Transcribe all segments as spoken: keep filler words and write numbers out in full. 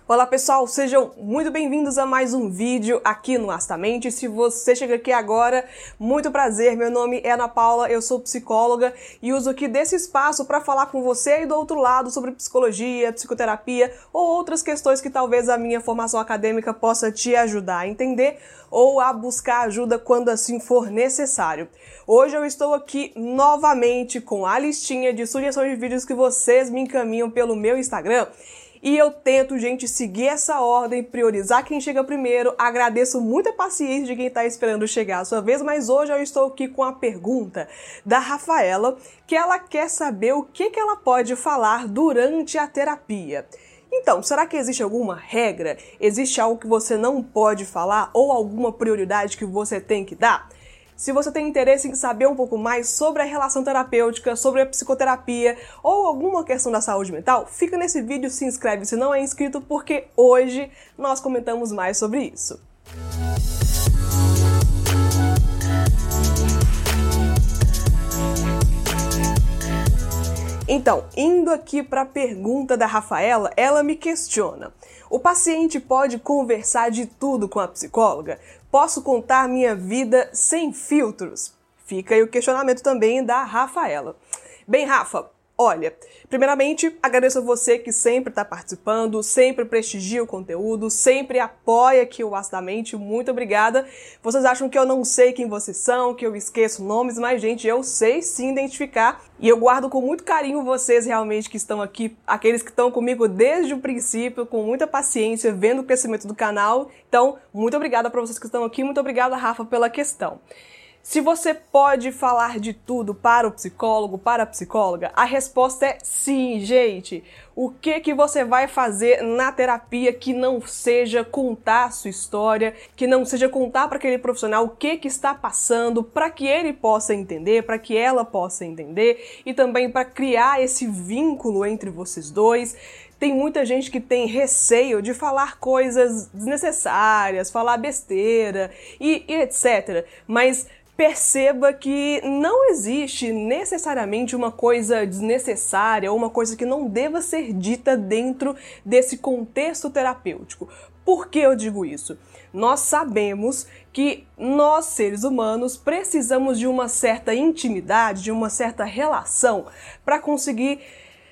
Olá pessoal, sejam muito bem-vindos a mais um vídeo aqui no Astamente. Se você chega aqui agora, muito prazer, meu nome é Ana Paula, eu sou psicóloga e uso aqui desse espaço para falar com você aí do outro lado sobre psicologia, psicoterapia ou outras questões que talvez a minha formação acadêmica possa te ajudar a entender ou a buscar ajuda quando assim for necessário. Hoje eu estou aqui novamente com a listinha de sugestões de vídeos que vocês me encaminham pelo meu Instagram. E eu tento, gente, seguir essa ordem, priorizar quem chega primeiro. Agradeço muito a paciência de quem está esperando chegar a sua vez, mas hoje eu estou aqui com a pergunta da Rafaela, que ela quer saber o que, que ela pode falar durante a terapia. Então, será que existe alguma regra? Existe algo que você não pode falar ou alguma prioridade que você tem que dar? Se você tem interesse em saber um pouco mais sobre a relação terapêutica, sobre a psicoterapia ou alguma questão da saúde mental, fica nesse vídeo, se inscreve se não é inscrito, porque hoje nós comentamos mais sobre isso. Então, indo aqui para a pergunta da Rafaela, ela me questiona: o paciente pode conversar de tudo com a psicóloga? Posso contar minha vida sem filtros? Fica aí o questionamento também da Rafaela. Bem, Rafa, olha, primeiramente agradeço a você que sempre está participando, sempre prestigia o conteúdo, sempre apoia aqui o Astamente, muito obrigada. Vocês acham que eu não sei quem vocês são, que eu esqueço nomes, mas gente, eu sei sim identificar e eu guardo com muito carinho vocês realmente que estão aqui, aqueles que estão comigo desde o princípio, com muita paciência, vendo o crescimento do canal. Então, muito obrigada para vocês que estão aqui, muito obrigada, Rafa, pela questão. Se você pode falar de tudo para o psicólogo, para a psicóloga, a resposta é sim, gente. O que que você vai fazer na terapia que não seja contar a sua história, que não seja contar para aquele profissional o que que está passando, para que ele possa entender, para que ela possa entender e também para criar esse vínculo entre vocês dois. Tem muita gente que tem receio de falar coisas desnecessárias, falar besteira e, e etcétera. Mas perceba que não existe necessariamente uma coisa desnecessária ou uma coisa que não deva ser dita dentro desse contexto terapêutico. Por que eu digo isso? Nós sabemos que nós, seres humanos, precisamos de uma certa intimidade, de uma certa relação para conseguir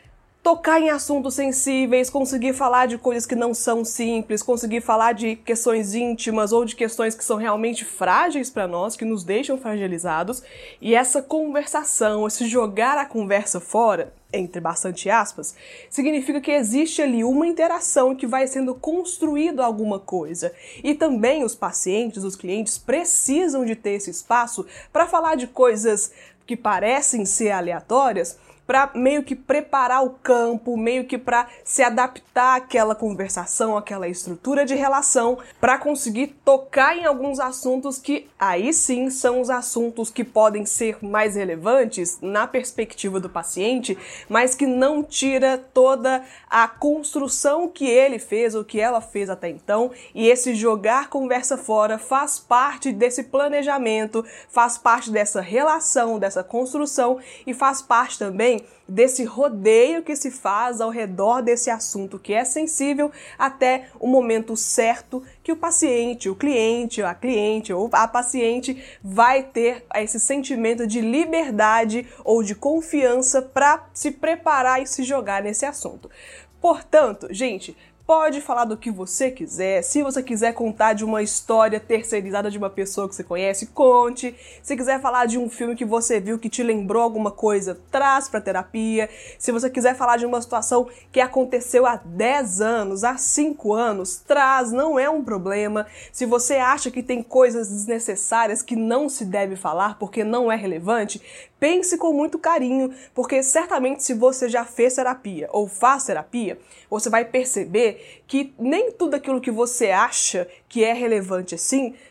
tocar em assuntos sensíveis, conseguir falar de coisas que não são simples, conseguir falar de questões íntimas ou de questões que são realmente frágeis para nós, que nos deixam fragilizados. E essa conversação, esse jogar a conversa fora, entre bastante aspas, significa que existe ali uma interação que vai sendo construída alguma coisa. E também os pacientes, os clientes precisam de ter esse espaço para falar de coisas que parecem ser aleatórias, para meio que preparar o campo, meio que para se adaptar àquela conversação, àquela estrutura de relação, para conseguir tocar em alguns assuntos que aí sim são os assuntos que podem ser mais relevantes na perspectiva do paciente, mas que não tira toda a construção que ele fez ou que ela fez até então, e esse jogar conversa fora faz parte desse planejamento, faz parte dessa relação, dessa construção e faz parte também desse rodeio que se faz ao redor desse assunto que é sensível até o momento certo que o paciente, o cliente, a cliente ou a paciente vai ter esse sentimento de liberdade ou de confiança para se preparar e se jogar nesse assunto. Portanto, gente, pode falar do que você quiser. Se você quiser contar de uma história terceirizada de uma pessoa que você conhece, conte. Se quiser falar de um filme que você viu que te lembrou alguma coisa, traz para terapia. Se você quiser falar de uma situação que aconteceu há dez anos, há cinco anos, traz, não é um problema. Se você acha que tem coisas desnecessárias que não se deve falar porque não é relevante, pense com muito carinho, porque certamente se você já fez terapia ou faz terapia, você vai perceber que nem tudo aquilo que você acha que é relevante assim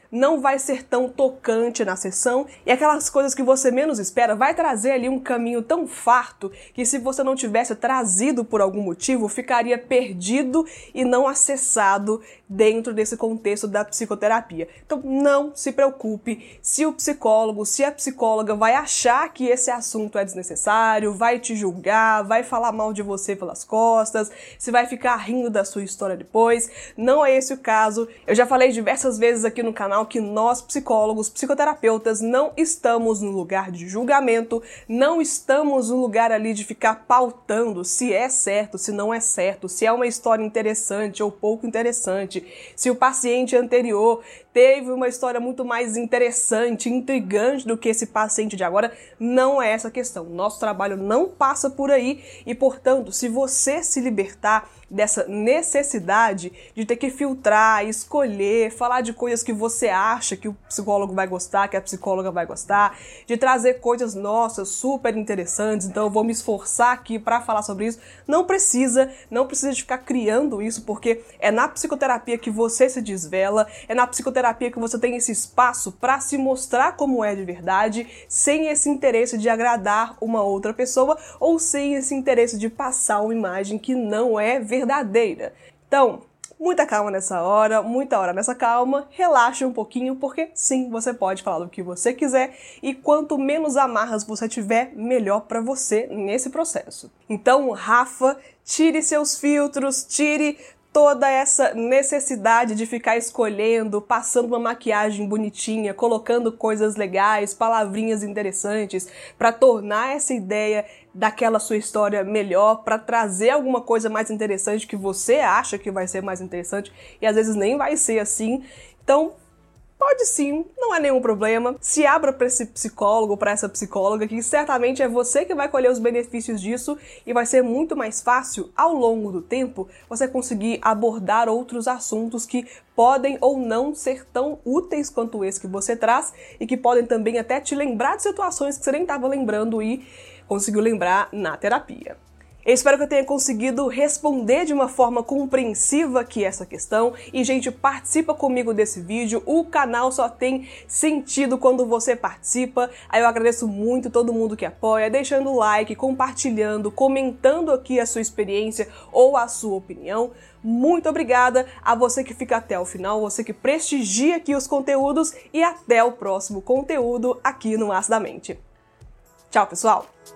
não vai ser tão tocante na sessão e aquelas coisas que você menos espera vai trazer ali um caminho tão farto que se você não tivesse trazido por algum motivo, ficaria perdido e não acessado dentro desse contexto da psicoterapia. Então não se preocupe se o psicólogo, se a psicóloga vai achar que esse assunto é desnecessário, vai te julgar, vai falar mal de você pelas costas, se vai ficar rindo da sua história depois. Não é esse o caso. Eu já falei diversas vezes aqui no canal que nós, psicólogos, psicoterapeutas, não estamos no lugar de julgamento, não estamos no lugar ali de ficar pautando se é certo, se não é certo, se é uma história interessante ou pouco interessante, se o paciente anterior teve uma história muito mais interessante, intrigante do que esse paciente de agora. Não é essa a questão. Nosso trabalho não passa por aí e, portanto, se você se libertar dessa necessidade de ter que filtrar, escolher, falar de coisas que você acha que o psicólogo vai gostar, que a psicóloga vai gostar, de trazer coisas nossas super interessantes, então eu vou me esforçar aqui para falar sobre isso, não precisa, não precisa de ficar criando isso, porque é na psicoterapia que você se desvela, é na psicoterapia que você tem esse espaço para se mostrar como é de verdade, sem esse interesse de agradar uma outra pessoa ou sem esse interesse de passar uma imagem que não é verdadeira. Então, muita calma nessa hora, muita hora nessa calma, relaxe um pouquinho, porque sim, você pode falar do que você quiser e quanto menos amarras você tiver, melhor para você nesse processo. Então, Rafa, tire seus filtros, tire toda essa necessidade de ficar escolhendo, passando uma maquiagem bonitinha, colocando coisas legais, palavrinhas interessantes, para tornar essa ideia daquela sua história melhor, para trazer alguma coisa mais interessante que você acha que vai ser mais interessante e às vezes nem vai ser assim. Então, pode sim, não é nenhum problema. Se abra para esse psicólogo, para essa psicóloga, que certamente é você que vai colher os benefícios disso e vai ser muito mais fácil, ao longo do tempo, você conseguir abordar outros assuntos que podem ou não ser tão úteis quanto esse que você traz e que podem também até te lembrar de situações que você nem estava lembrando e conseguiu lembrar na terapia. Eu espero que eu tenha conseguido responder de uma forma compreensiva aqui essa questão. E, gente, participa comigo desse vídeo. O canal só tem sentido quando você participa. Aí eu agradeço muito todo mundo que apoia, deixando o like, compartilhando, comentando aqui a sua experiência ou a sua opinião. Muito obrigada a você que fica até o final, você que prestigia aqui os conteúdos e até o próximo conteúdo aqui no Acidamente. Tchau, pessoal!